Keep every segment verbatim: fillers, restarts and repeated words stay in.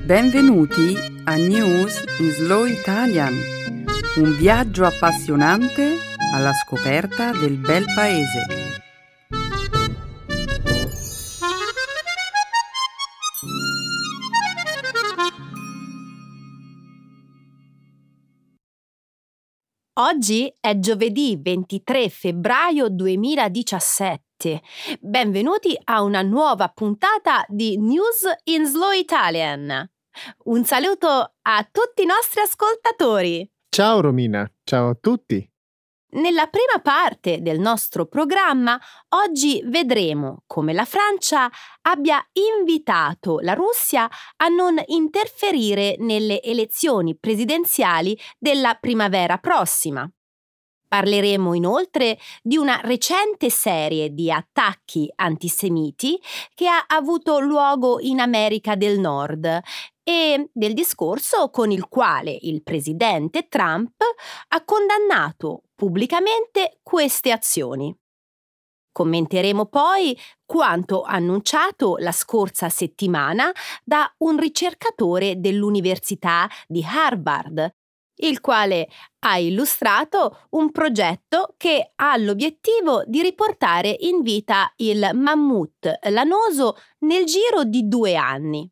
Benvenuti a News in Slow Italian, un viaggio appassionante alla scoperta del bel paese. Oggi è giovedì ventitré febbraio duemiladiciassette. Benvenuti a una nuova puntata di News in Slow Italian. Un saluto a tutti i nostri ascoltatori. Ciao Romina, ciao a tutti. Nella prima parte del nostro programma oggi vedremo come la Francia abbia invitato la Russia a non interferire nelle elezioni presidenziali della primavera prossima. Parleremo inoltre di una recente serie di attacchi antisemiti che ha avuto luogo in America del Nord e del discorso con il quale il presidente Trump ha condannato pubblicamente queste azioni. Commenteremo poi quanto annunciato la scorsa settimana da un ricercatore dell'Università di Harvard, il quale ha illustrato un progetto che ha l'obiettivo di riportare in vita il mammut lanoso nel giro di due anni.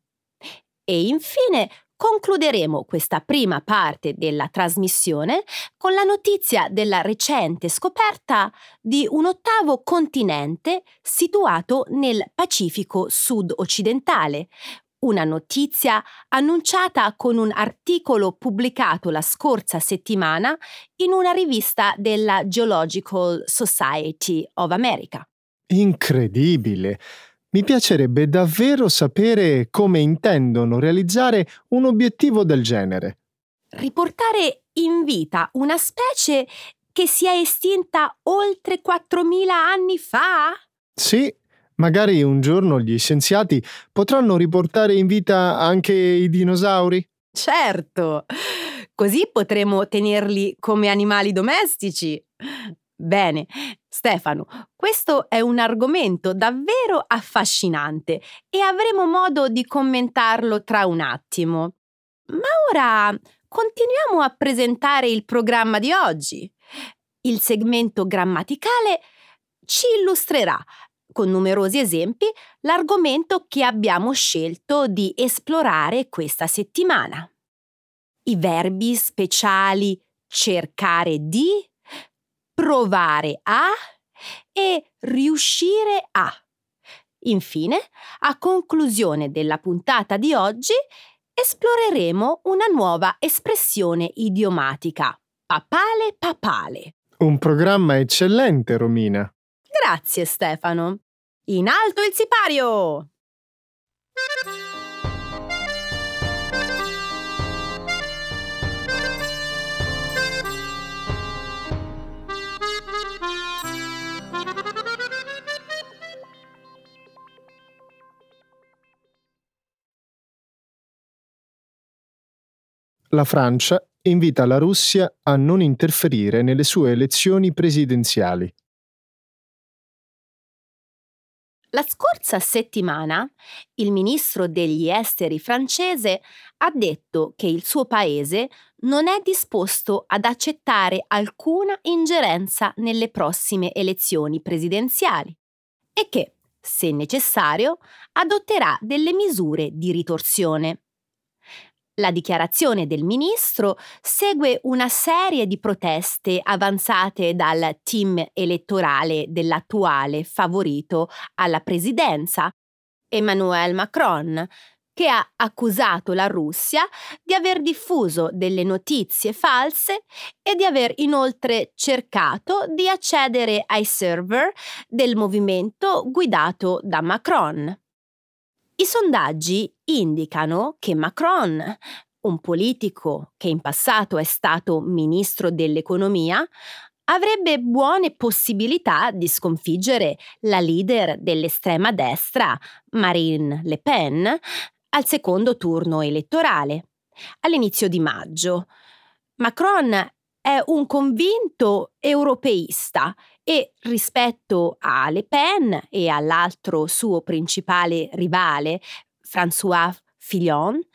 E infine concluderemo questa prima parte della trasmissione con la notizia della recente scoperta di un ottavo continente situato nel Pacifico sud-occidentale. Una notizia annunciata con un articolo pubblicato la scorsa settimana in una rivista della Geological Society of America. Incredibile! Mi piacerebbe davvero sapere come intendono realizzare un obiettivo del genere. Riportare in vita una specie che si è estinta oltre quattromila anni fa? Sì, magari un giorno gli scienziati potranno riportare in vita anche i dinosauri? Certo! Così potremo tenerli come animali domestici. Bene, Stefano, questo è un argomento davvero affascinante e avremo modo di commentarlo tra un attimo. Ma ora continuiamo a presentare il programma di oggi. Il segmento grammaticale ci illustrerà, con numerosi esempi, l'argomento che abbiamo scelto di esplorare questa settimana. I verbi speciali cercare di, provare a e riuscire a. Infine, a conclusione della puntata di oggi, esploreremo una nuova espressione idiomatica, papale papale. Un programma eccellente, Romina. Grazie, Stefano. In alto il sipario! La Francia invita la Russia a non interferire nelle sue elezioni presidenziali. La scorsa settimana il ministro degli esteri francese ha detto che il suo paese non è disposto ad accettare alcuna ingerenza nelle prossime elezioni presidenziali e che, se necessario, adotterà delle misure di ritorsione. La dichiarazione del ministro segue una serie di proteste avanzate dal team elettorale dell'attuale favorito alla presidenza, Emmanuel Macron, che ha accusato la Russia di aver diffuso delle notizie false e di aver inoltre cercato di accedere ai server del movimento guidato da Macron. I sondaggi indicano che Macron, un politico che in passato è stato ministro dell'economia, avrebbe buone possibilità di sconfiggere la leader dell'estrema destra, Marine Le Pen, al secondo turno elettorale, all'inizio di maggio. Macron è un convinto europeista e rispetto a Le Pen e all'altro suo principale rivale, François Fillon,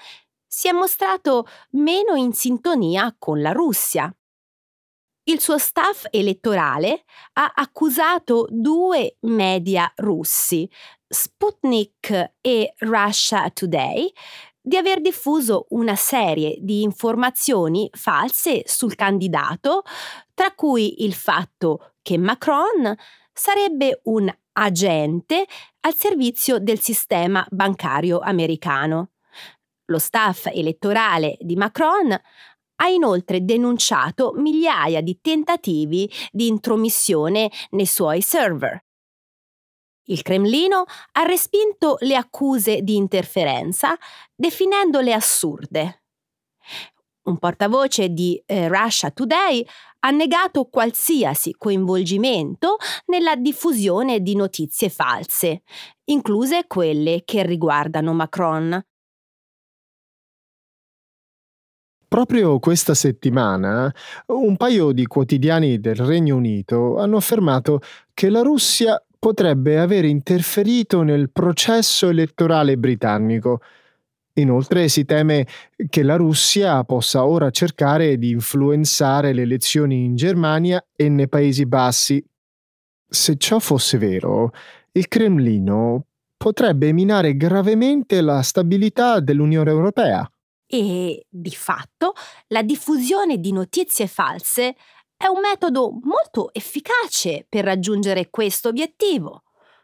si è mostrato meno in sintonia con la Russia. Il suo staff elettorale ha accusato due media russi, Sputnik e Russia Today, di aver diffuso una serie di informazioni false sul candidato, tra cui il fatto che Macron sarebbe un agente al servizio del sistema bancario americano. Lo staff elettorale di Macron ha inoltre denunciato migliaia di tentativi di intromissione nei suoi server. Il Cremlino ha respinto le accuse di interferenza, definendole assurde. Un portavoce di eh, Russia Today ha negato qualsiasi coinvolgimento nella diffusione di notizie false, incluse quelle che riguardano Macron. Proprio questa settimana un paio di quotidiani del Regno Unito hanno affermato che la Russia potrebbe aver interferito nel processo elettorale britannico. Inoltre si teme che la Russia possa ora cercare di influenzare le elezioni in Germania e nei Paesi Bassi. Se ciò fosse vero, il Cremlino potrebbe minare gravemente la stabilità dell'Unione Europea. E, di fatto, la diffusione di notizie false è un metodo molto efficace per raggiungere questo obiettivo.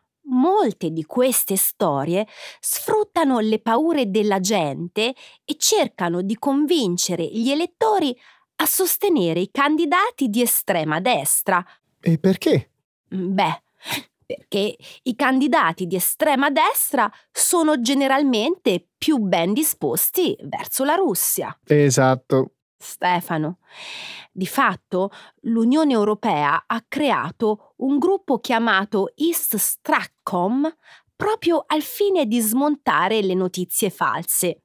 Molte di queste storie sfruttano le paure della gente e cercano di convincere gli elettori a sostenere i candidati di estrema destra. E perché? Beh, perché i candidati di estrema destra sono generalmente più ben disposti verso la Russia. Esatto. Stefano, di fatto l'Unione Europea ha creato un gruppo chiamato East Stratcom proprio al fine di smontare le notizie false.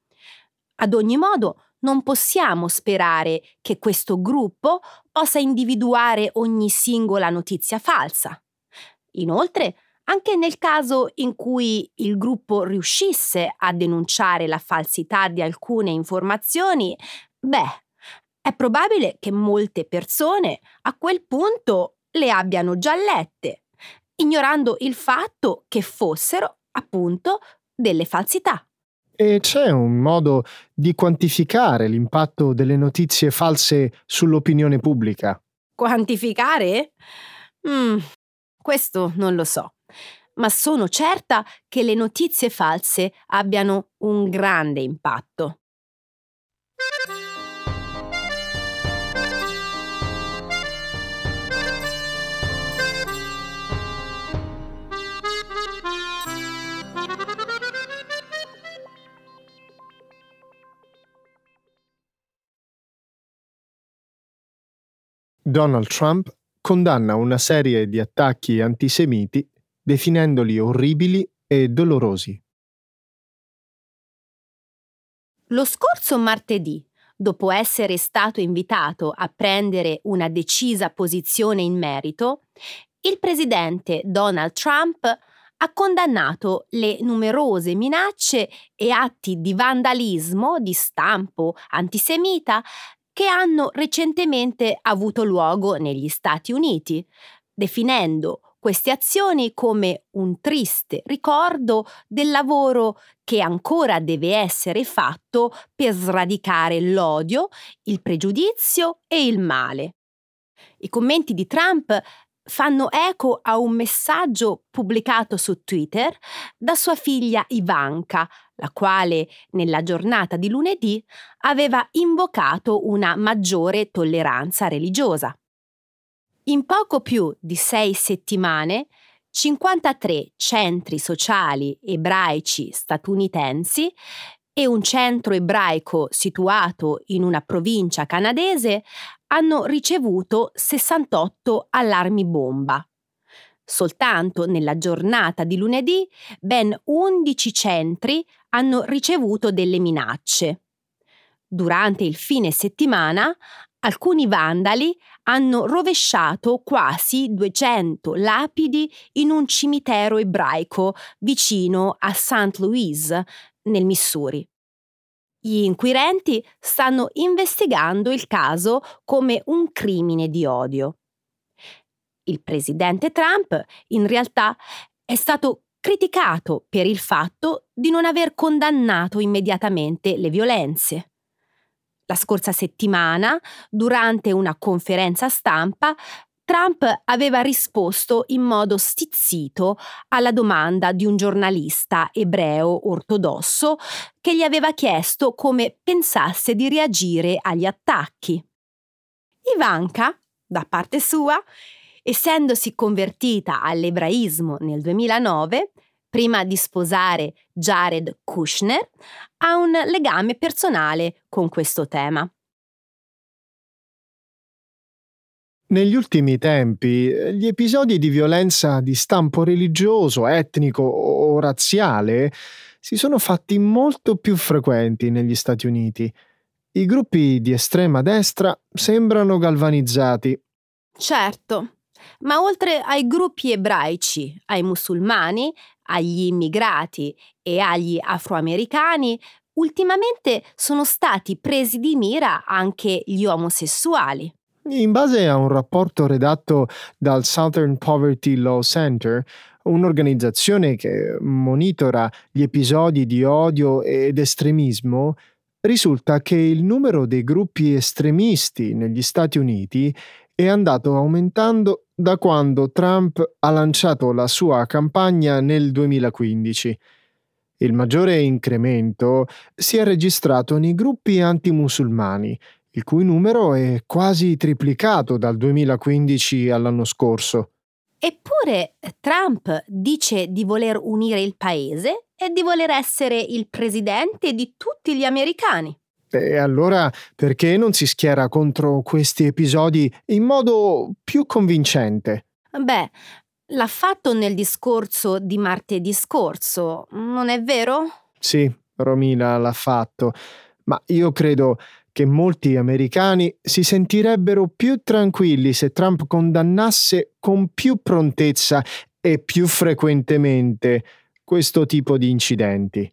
Ad ogni modo, non possiamo sperare che questo gruppo possa individuare ogni singola notizia falsa. Inoltre, anche nel caso in cui il gruppo riuscisse a denunciare la falsità di alcune informazioni, beh, è probabile che molte persone a quel punto le abbiano già lette, ignorando il fatto che fossero, appunto, delle falsità. E c'è un modo di quantificare l'impatto delle notizie false sull'opinione pubblica? Quantificare? Mm, questo non lo so, ma sono certa che le notizie false abbiano un grande impatto. Donald Trump condanna una serie di attacchi antisemiti definendoli orribili e dolorosi. Lo scorso martedì, dopo essere stato invitato a prendere una decisa posizione in merito, il presidente Donald Trump ha condannato le numerose minacce e atti di vandalismo di stampo antisemita che hanno recentemente avuto luogo negli Stati Uniti, definendo queste azioni come un triste ricordo del lavoro che ancora deve essere fatto per sradicare l'odio, il pregiudizio e il male. I commenti di Trump fanno eco a un messaggio pubblicato su Twitter da sua figlia Ivanka, la quale nella giornata di lunedì aveva invocato una maggiore tolleranza religiosa. In poco più di sei settimane, cinquantatré centri sociali ebraici statunitensi e un centro ebraico situato in una provincia canadese hanno ricevuto sessantotto allarmi bomba. Soltanto nella giornata di lunedì ben undici centri hanno ricevuto delle minacce. Durante il fine settimana, alcuni vandali hanno rovesciato quasi duecento lapidi in un cimitero ebraico vicino a Saint Louis, nel Missouri. Gli inquirenti stanno investigando il caso come un crimine di odio. Il presidente Trump, in realtà, è stato criticato per il fatto di non aver condannato immediatamente le violenze. La scorsa settimana, durante una conferenza stampa, Trump aveva risposto in modo stizzito alla domanda di un giornalista ebreo ortodosso che gli aveva chiesto come pensasse di reagire agli attacchi. Ivanka, da parte sua, essendosi convertita all'ebraismo nel duemilanove, prima di sposare Jared Kushner, ha un legame personale con questo tema. Negli ultimi tempi, gli episodi di violenza di stampo religioso, etnico o razziale si sono fatti molto più frequenti negli Stati Uniti. I gruppi di estrema destra sembrano galvanizzati. Certo, ma oltre ai gruppi ebraici, ai musulmani, agli immigrati e agli afroamericani, ultimamente sono stati presi di mira anche gli omosessuali. In base a un rapporto redatto dal Southern Poverty Law Center, un'organizzazione che monitora gli episodi di odio ed estremismo, risulta che il numero dei gruppi estremisti negli Stati Uniti è andato aumentando da quando Trump ha lanciato la sua campagna nel duemilaquindici. Il maggiore incremento si è registrato nei gruppi antimusulmani, il cui numero è quasi triplicato dal duemilaquindici all'anno scorso. Eppure Trump dice di voler unire il paese e di voler essere il presidente di tutti gli americani. E allora perché non si schiera contro questi episodi in modo più convincente? Beh, l'ha fatto nel discorso di martedì scorso, non è vero? Sì, Romina l'ha fatto, ma io credo che molti americani si sentirebbero più tranquilli se Trump condannasse con più prontezza e più frequentemente questo tipo di incidenti.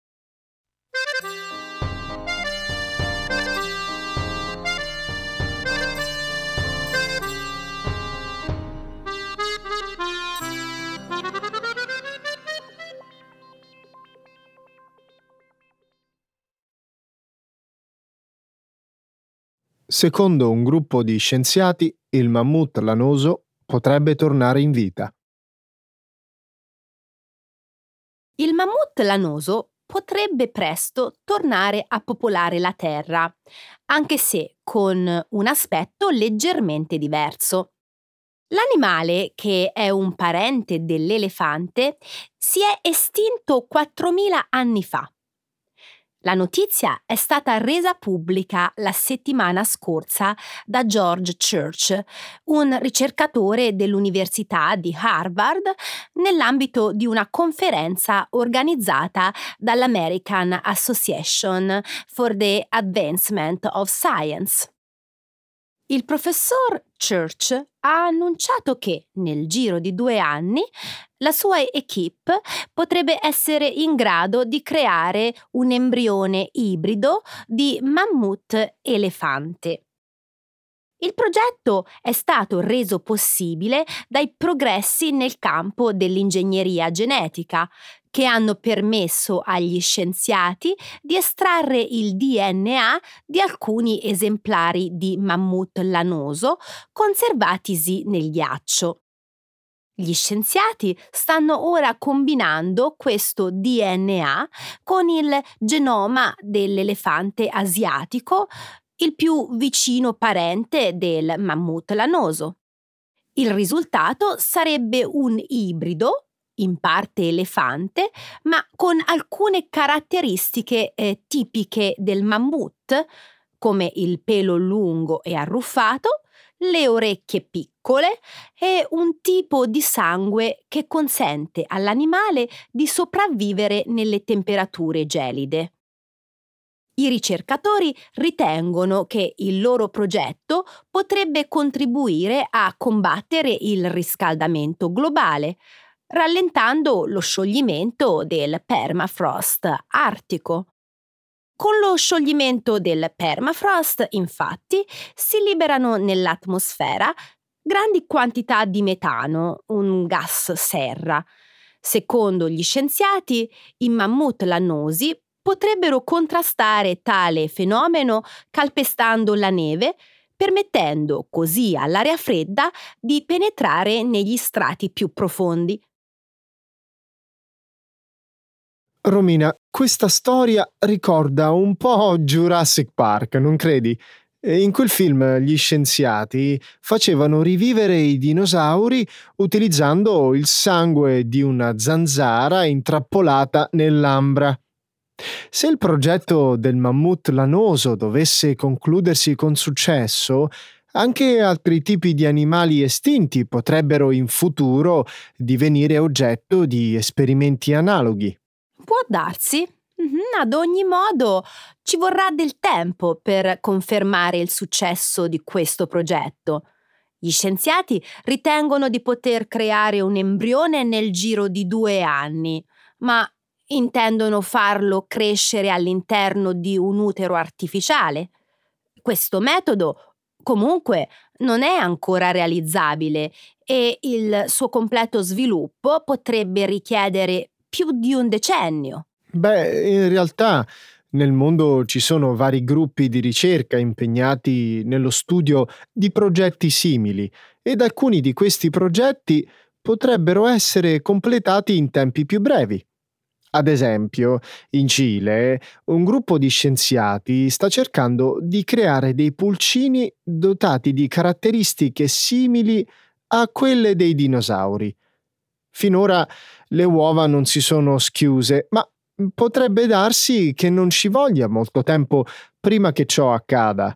Secondo un gruppo di scienziati, il mammut lanoso potrebbe tornare in vita. Il mammut lanoso potrebbe presto tornare a popolare la Terra, anche se con un aspetto leggermente diverso. L'animale, che è un parente dell'elefante, si è estinto quattromila anni fa. La notizia è stata resa pubblica la settimana scorsa da George Church, un ricercatore dell'Università di Harvard, nell'ambito di una conferenza organizzata dall'American Association for the Advancement of Science. Il professor Church ha annunciato che, nel giro di due anni, la sua equipe potrebbe essere in grado di creare un embrione ibrido di mammut elefante. Il progetto è stato reso possibile dai progressi nel campo dell'ingegneria genetica, che hanno permesso agli scienziati di estrarre il D N A di alcuni esemplari di mammut lanoso conservatisi nel ghiaccio. Gli scienziati stanno ora combinando questo D N A con il genoma dell'elefante asiatico, il più vicino parente del mammut lanoso. Il risultato sarebbe un ibrido, in parte elefante, ma con alcune caratteristiche eh, tipiche del mammut, come il pelo lungo e arruffato, le orecchie piccole e un tipo di sangue che consente all'animale di sopravvivere nelle temperature gelide. I ricercatori ritengono che il loro progetto potrebbe contribuire a combattere il riscaldamento globale, rallentando lo scioglimento del permafrost artico. Con lo scioglimento del permafrost, infatti, si liberano nell'atmosfera grandi quantità di metano, un gas serra. Secondo gli scienziati, i mammut lannosi potrebbero contrastare tale fenomeno calpestando la neve, permettendo così all'aria fredda di penetrare negli strati più profondi. Romina, questa storia ricorda un po' Jurassic Park, non credi? E in quel film gli scienziati facevano rivivere i dinosauri utilizzando il sangue di una zanzara intrappolata nell'ambra. Se il progetto del mammut lanoso dovesse concludersi con successo, anche altri tipi di animali estinti potrebbero in futuro divenire oggetto di esperimenti analoghi. Può darsi. Mhm, Ad ogni modo, ci vorrà del tempo per confermare il successo di questo progetto. Gli scienziati ritengono di poter creare un embrione nel giro di due anni, ma intendono farlo crescere all'interno di un utero artificiale. Questo metodo, comunque, non è ancora realizzabile e il suo completo sviluppo potrebbe richiedere più di un decennio. Beh, in realtà nel mondo ci sono vari gruppi di ricerca impegnati nello studio di progetti simili ed alcuni di questi progetti potrebbero essere completati in tempi più brevi. Ad esempio, in Cile, un gruppo di scienziati sta cercando di creare dei pulcini dotati di caratteristiche simili a quelle dei dinosauri. Finora le uova non si sono schiuse, ma potrebbe darsi che non ci voglia molto tempo prima che ciò accada.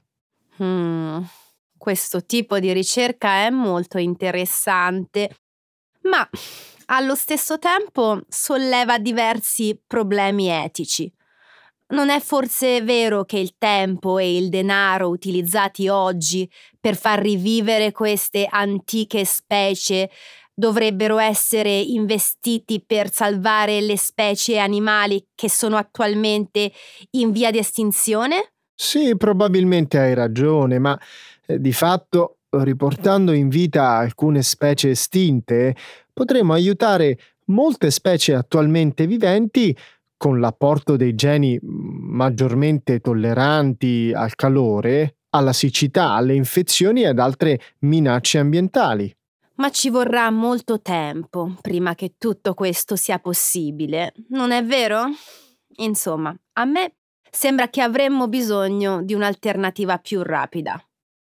Hmm, questo tipo di ricerca è molto interessante, ma allo stesso tempo solleva diversi problemi etici. Non è forse vero che il tempo e il denaro utilizzati oggi per far rivivere queste antiche specie dovrebbero essere investiti per salvare le specie animali che sono attualmente in via di estinzione? Sì, probabilmente hai ragione, ma eh, di fatto, riportando in vita alcune specie estinte, potremo aiutare molte specie attualmente viventi con l'apporto dei geni mm, maggiormente tolleranti al calore, alla siccità, alle infezioni e ad altre minacce ambientali. Ma ci vorrà molto tempo prima che tutto questo sia possibile, non è vero? Insomma, a me sembra che avremmo bisogno di un'alternativa più rapida.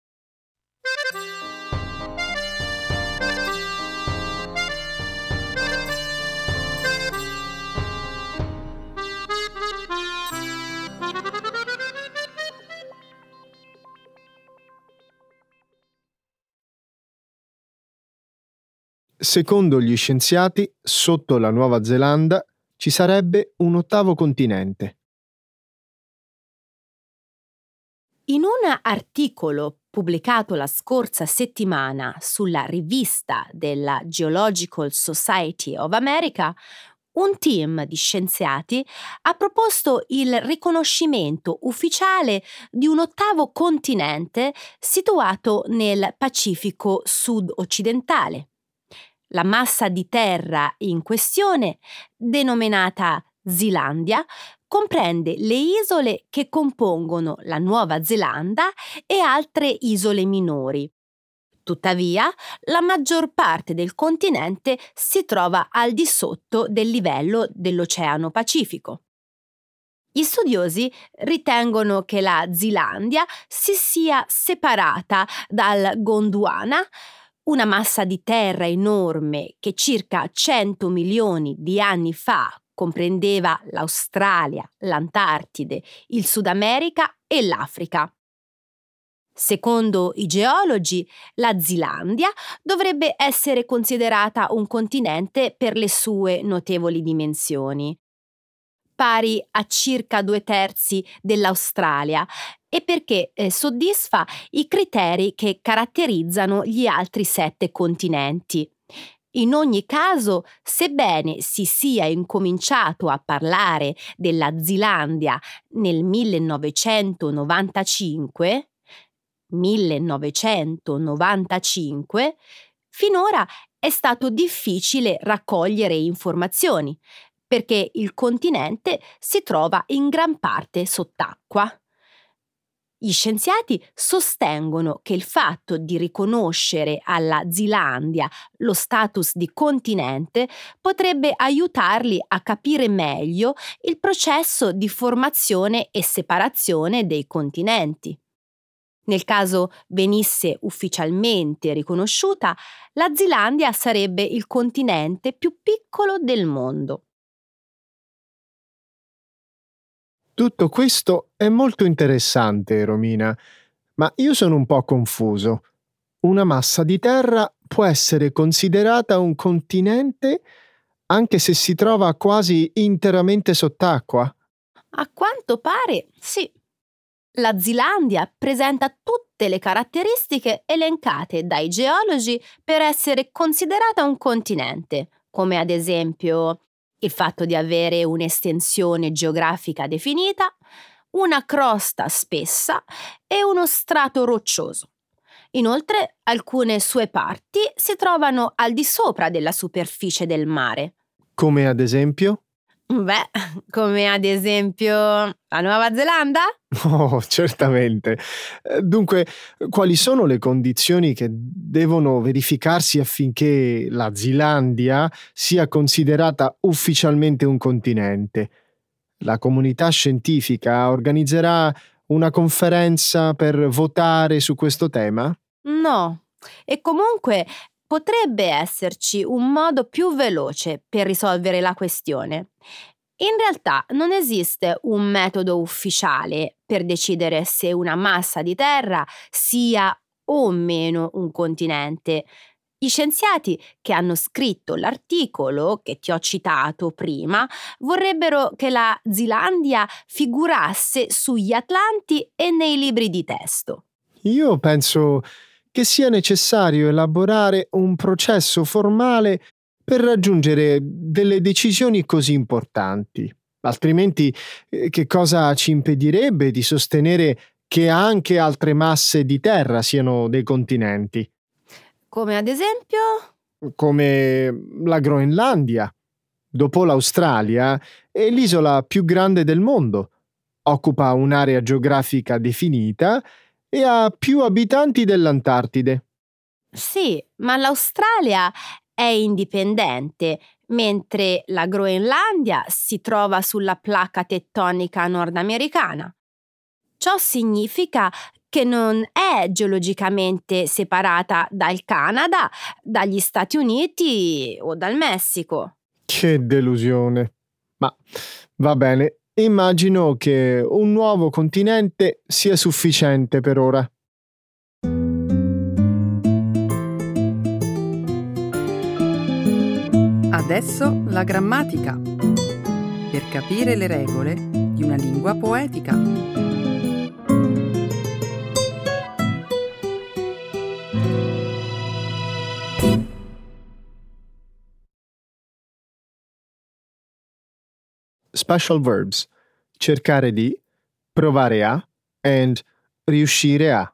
Secondo gli scienziati, sotto la Nuova Zelanda ci sarebbe un ottavo continente. In un articolo pubblicato la scorsa settimana sulla rivista della Geological Society of America, un team di scienziati ha proposto il riconoscimento ufficiale di un ottavo continente situato nel Pacifico sud-occidentale. La massa di terra in questione, denominata Zilandia, comprende le isole che compongono la Nuova Zelanda e altre isole minori. Tuttavia, la maggior parte del continente si trova al di sotto del livello dell'Oceano Pacifico. Gli studiosi ritengono che la Zilandia si sia separata dal Gondwana, una massa di terra enorme che circa cento milioni di anni fa comprendeva l'Australia, l'Antartide, il Sud America e l'Africa. Secondo i geologi, la Zilandia dovrebbe essere considerata un continente per le sue notevoli dimensioni, pari a circa due terzi dell'Australia, e perché eh, soddisfa i criteri che caratterizzano gli altri sette continenti. In ogni caso, sebbene si sia incominciato a parlare della Zilandia nel millenovecentonovantacinque, millenovecentonovantacinque, finora è stato difficile raccogliere informazioni, perché il continente si trova in gran parte sott'acqua. Gli scienziati sostengono che il fatto di riconoscere alla Zilandia lo status di continente potrebbe aiutarli a capire meglio il processo di formazione e separazione dei continenti. Nel caso venisse ufficialmente riconosciuta, la Zilandia sarebbe il continente più piccolo del mondo. Tutto questo è molto interessante, Romina, ma io sono un po' confuso. Una massa di terra può essere considerata un continente anche se si trova quasi interamente sott'acqua? A quanto pare, sì. La Zilandia presenta tutte le caratteristiche elencate dai geologi per essere considerata un continente, come ad esempio il fatto di avere un'estensione geografica definita, una crosta spessa e uno strato roccioso. Inoltre, alcune sue parti si trovano al di sopra della superficie del mare. Come ad esempio? Beh, come ad esempio la Nuova Zelanda? Oh, certamente. Eh, Dunque, quali sono le condizioni che devono verificarsi affinché la Zilandia sia considerata ufficialmente un continente? La comunità scientifica organizzerà una conferenza per votare su questo tema? No. E comunque potrebbe esserci un modo più veloce per risolvere la questione. In realtà non esiste un metodo ufficiale per decidere se una massa di terra sia o meno un continente. Gli scienziati che hanno scritto l'articolo che ti ho citato prima vorrebbero che la Zilandia figurasse sugli atlanti e nei libri di testo. Io penso che sia necessario elaborare un processo formale per raggiungere delle decisioni così importanti. Altrimenti, eh, che cosa ci impedirebbe di sostenere che anche altre masse di terra siano dei continenti, Come ad esempio? come la Groenlandia? Dopo l'Australia, è l'isola più grande del mondo. Occupa un'area geografica definita e ha più abitanti dell'Antartide. Sì, ma l'Australia è indipendente, mentre la Groenlandia si trova sulla placca tettonica nordamericana. Ciò significa che non è geologicamente separata dal Canada, dagli Stati Uniti o dal Messico. Che delusione. Ma va bene, immagino che un nuovo continente sia sufficiente per ora. Adesso la grammatica, per capire le regole di una lingua poetica. Special verbs: cercare di, provare a, and riuscire a.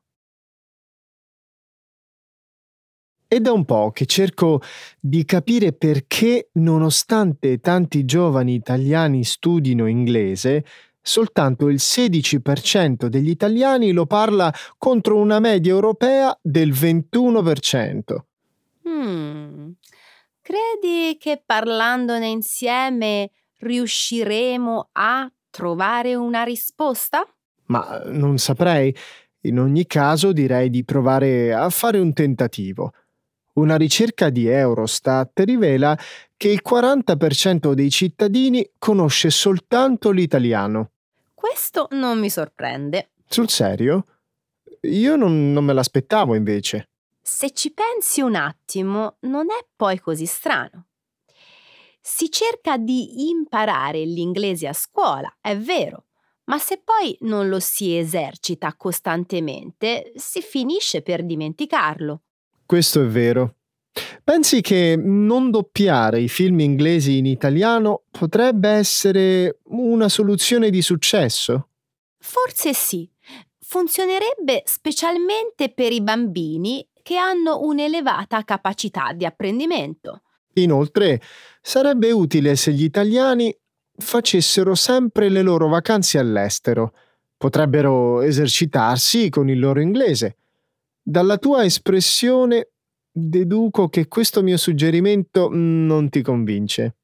È da un po' che cerco di capire perché, nonostante tanti giovani italiani studino inglese, soltanto il sedici per cento degli italiani lo parla contro una media europea del ventuno per cento. Hmm. Credi che parlandone insieme riusciremo a trovare una risposta? Ma non saprei. In ogni caso direi di provare a fare un tentativo. Una ricerca di Eurostat rivela che il quaranta per cento dei cittadini conosce soltanto l'italiano. Questo non mi sorprende. Sul serio? Io non, non me l'aspettavo invece. Se ci pensi un attimo, non è poi così strano. Si cerca di imparare l'inglese a scuola, è vero, ma se poi non lo si esercita costantemente, si finisce per dimenticarlo. Questo è vero. Pensi che non doppiare i film inglesi in italiano potrebbe essere una soluzione di successo? Forse sì. Funzionerebbe specialmente per i bambini che hanno un'elevata capacità di apprendimento. Inoltre, sarebbe utile se gli italiani facessero sempre le loro vacanze all'estero. Potrebbero esercitarsi con il loro inglese. Dalla tua espressione deduco che questo mio suggerimento non ti convince.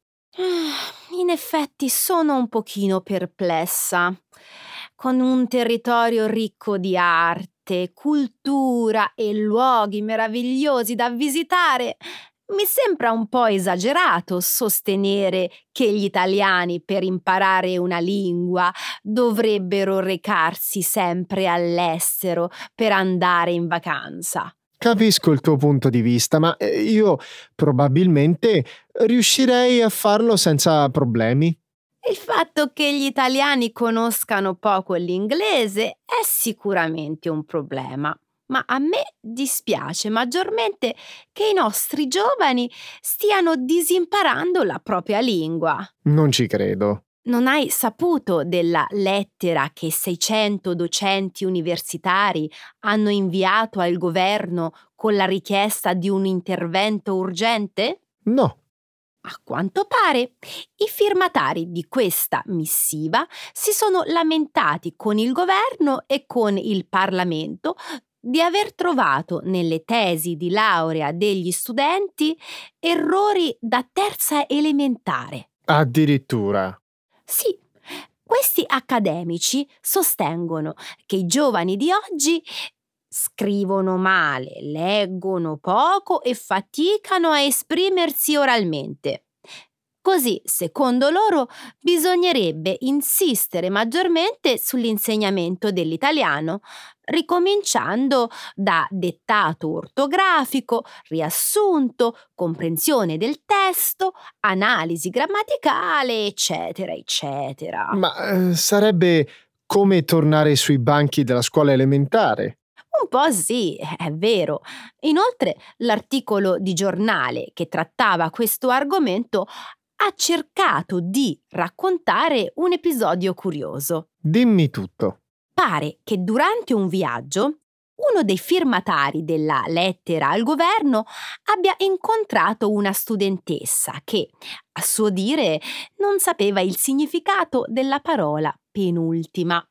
Ah, In effetti sono un pochino perplessa. Con un territorio ricco di arte, cultura e luoghi meravigliosi da visitare, mi sembra un po' esagerato sostenere che gli italiani per imparare una lingua dovrebbero recarsi sempre all'estero per andare in vacanza. Capisco il tuo punto di vista, ma eh, io probabilmente riuscirei a farlo senza problemi. Il fatto che gli italiani conoscano poco l'inglese è sicuramente un problema, ma a me dispiace maggiormente che i nostri giovani stiano disimparando la propria lingua. Non ci credo. Non hai saputo della lettera che seicento docenti universitari hanno inviato al governo con la richiesta di un intervento urgente? No. A quanto pare, i firmatari di questa missiva si sono lamentati con il governo e con il Parlamento di aver trovato nelle tesi di laurea degli studenti errori da terza elementare. Addirittura. Sì, questi accademici sostengono che i giovani di oggi scrivono male, leggono poco e faticano a esprimersi oralmente. Così, secondo loro, bisognerebbe insistere maggiormente sull'insegnamento dell'italiano, ricominciando da dettato ortografico, riassunto, comprensione del testo, analisi grammaticale, eccetera, eccetera. Ma eh, sarebbe come tornare sui banchi della scuola elementare. Un po' sì, è vero. Inoltre, l'articolo di giornale che trattava questo argomento ha cercato di raccontare un episodio curioso. Dimmi tutto. Pare che durante un viaggio uno dei firmatari della lettera al governo abbia incontrato una studentessa che, a suo dire, non sapeva il significato della parola penultima.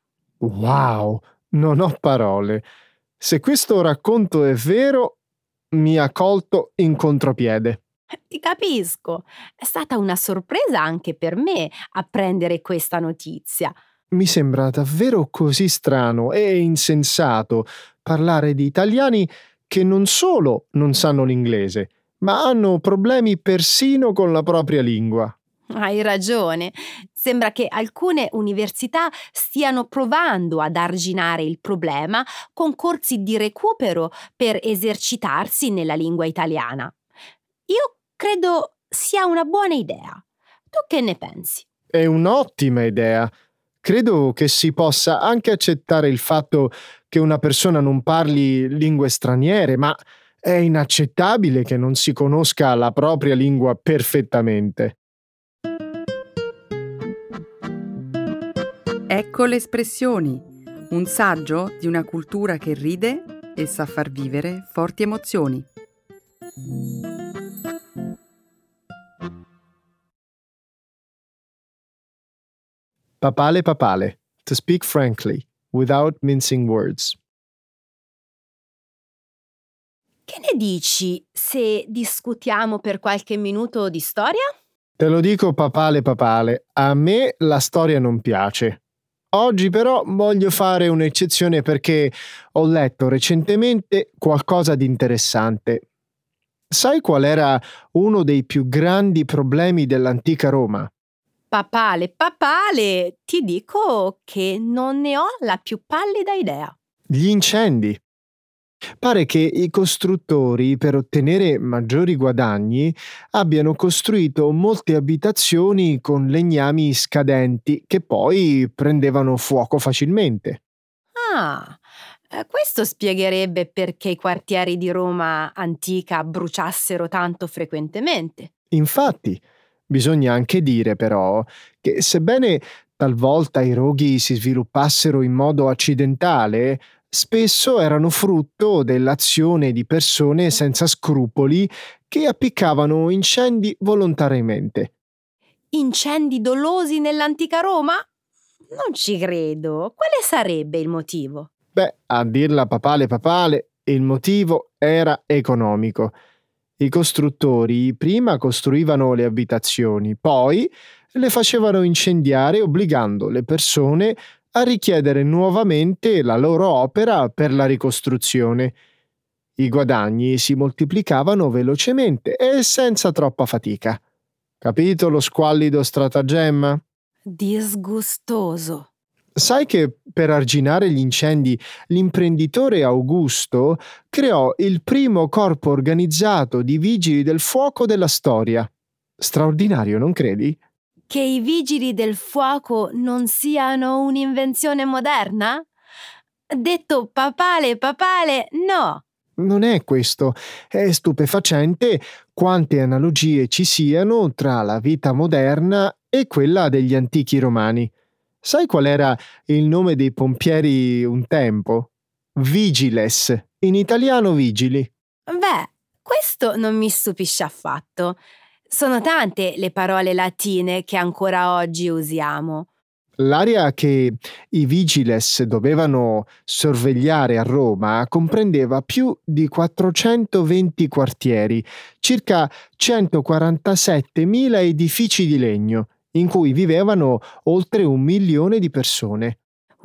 Wow, non ho parole. Se questo racconto è vero, mi ha colto in contropiede. Ti capisco, è stata una sorpresa anche per me apprendere questa notizia. Mi sembra davvero così strano e insensato parlare di italiani che non solo non sanno l'inglese, ma hanno problemi persino con la propria lingua. Hai ragione, sembra che alcune università stiano provando ad arginare il problema con corsi di recupero per esercitarsi nella lingua italiana. Io credo sia una buona idea. Tu che ne pensi? È un'ottima idea. Credo che si possa anche accettare il fatto che una persona non parli lingue straniere, ma è inaccettabile che non si conosca la propria lingua perfettamente. Ecco le espressioni, un saggio di una cultura che ride e sa far vivere forti emozioni. Papale papale, to speak frankly, without mincing words. Che ne dici se discutiamo per qualche minuto di storia? Te lo dico papale papale, a me la storia non piace. Oggi però voglio fare un'eccezione perché ho letto recentemente qualcosa di interessante. Sai qual era uno dei più grandi problemi dell'antica Roma? Papale, papale, ti dico che non ne ho la più pallida idea. Gli incendi. Pare che i costruttori, per ottenere maggiori guadagni, abbiano costruito molte abitazioni con legnami scadenti che poi prendevano fuoco facilmente. Ah, Eh, questo spiegherebbe perché i quartieri di Roma antica bruciassero tanto frequentemente. Infatti, bisogna anche dire però che sebbene talvolta i roghi si sviluppassero in modo accidentale, spesso erano frutto dell'azione di persone senza scrupoli che appiccavano incendi volontariamente. Incendi dolosi nell'antica Roma? Non ci credo. Quale sarebbe il motivo? Beh, a dirla papale papale, il motivo era economico. I costruttori prima costruivano le abitazioni, poi le facevano incendiare obbligando le persone a richiedere nuovamente la loro opera per la ricostruzione. I guadagni si moltiplicavano velocemente e senza troppa fatica. Capito lo squallido stratagemma? Disgustoso. Sai che per arginare gli incendi l'imprenditore Augusto creò il primo corpo organizzato di vigili del fuoco della storia. Straordinario, non credi? Che i vigili del fuoco non siano un'invenzione moderna? Detto papale papale, no. Non è questo. È stupefacente quante analogie ci siano tra la vita moderna e quella degli antichi romani. Sai qual era il nome dei pompieri un tempo? Vigiles, in italiano vigili. Beh, questo non mi stupisce affatto. Sono tante le parole latine che ancora oggi usiamo. L'area che i vigiles dovevano sorvegliare a Roma comprendeva più di quattrocentoventi quartieri, circa centoquarantasettemila edifici di legno, in cui vivevano oltre un milione di persone.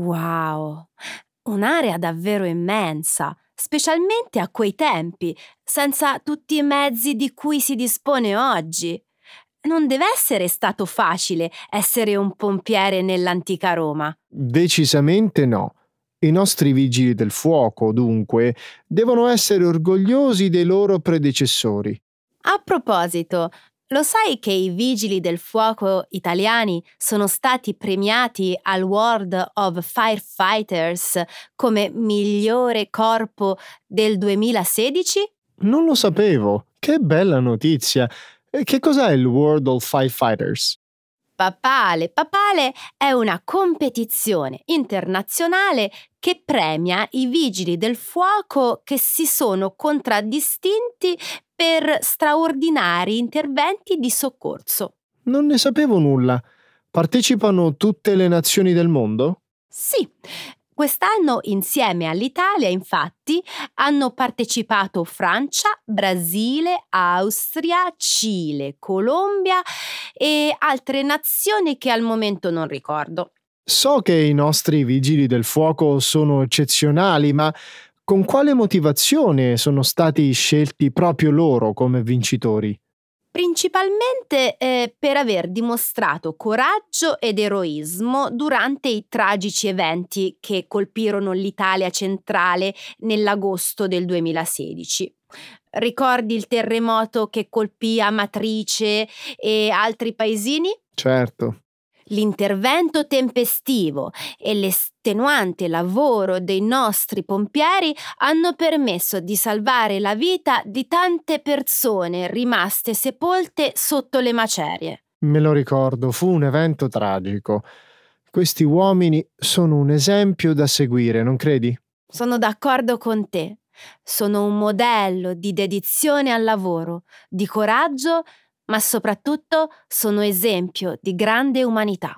Wow, un'area davvero immensa, specialmente a quei tempi, senza tutti i mezzi di cui si dispone oggi. Non deve essere stato facile essere un pompiere nell'antica Roma. Decisamente no. I nostri vigili del fuoco, dunque, devono essere orgogliosi dei loro predecessori. A proposito, lo sai che i vigili del fuoco italiani sono stati premiati al World of Firefighters come migliore corpo del duemilasedici? Non lo sapevo. Che bella notizia. E che cos'è il World of Firefighters? Papale Papale è una competizione internazionale che premia i vigili del fuoco che si sono contraddistinti per straordinari interventi di soccorso. Non ne sapevo nulla. Partecipano tutte le nazioni del mondo? Sì, quest'anno insieme all'Italia, infatti, hanno partecipato Francia, Brasile, Austria, Cile, Colombia e altre nazioni che al momento non ricordo. So che i nostri vigili del fuoco sono eccezionali, ma con quale motivazione sono stati scelti proprio loro come vincitori? Principalmente eh, per aver dimostrato coraggio ed eroismo durante i tragici eventi che colpirono l'Italia centrale nell'agosto del duemilasedici. Ricordi il terremoto che colpì Amatrice e altri paesini? Certo. L'intervento tempestivo e l'estenuante lavoro dei nostri pompieri hanno permesso di salvare la vita di tante persone rimaste sepolte sotto le macerie. Me lo ricordo, fu un evento tragico. Questi uomini sono un esempio da seguire, non credi? Sono d'accordo con te. Sono un modello di dedizione al lavoro, di coraggio, ma soprattutto sono esempio di grande umanità.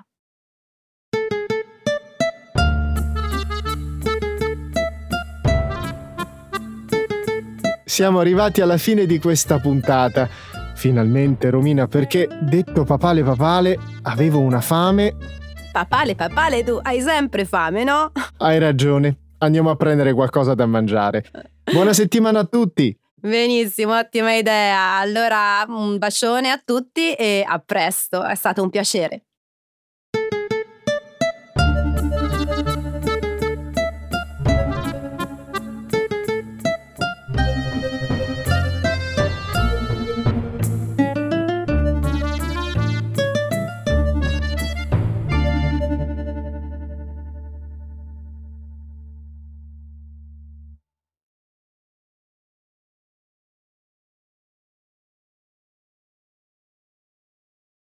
Siamo arrivati alla fine di questa puntata. Finalmente, Romina, perché, detto papale papale, avevo una fame. Papale, papale, tu hai sempre fame, no? Hai ragione. Andiamo a prendere qualcosa da mangiare. Buona settimana a tutti! Benissimo, ottima idea. Allora, un bacione a tutti e a presto, è stato un piacere.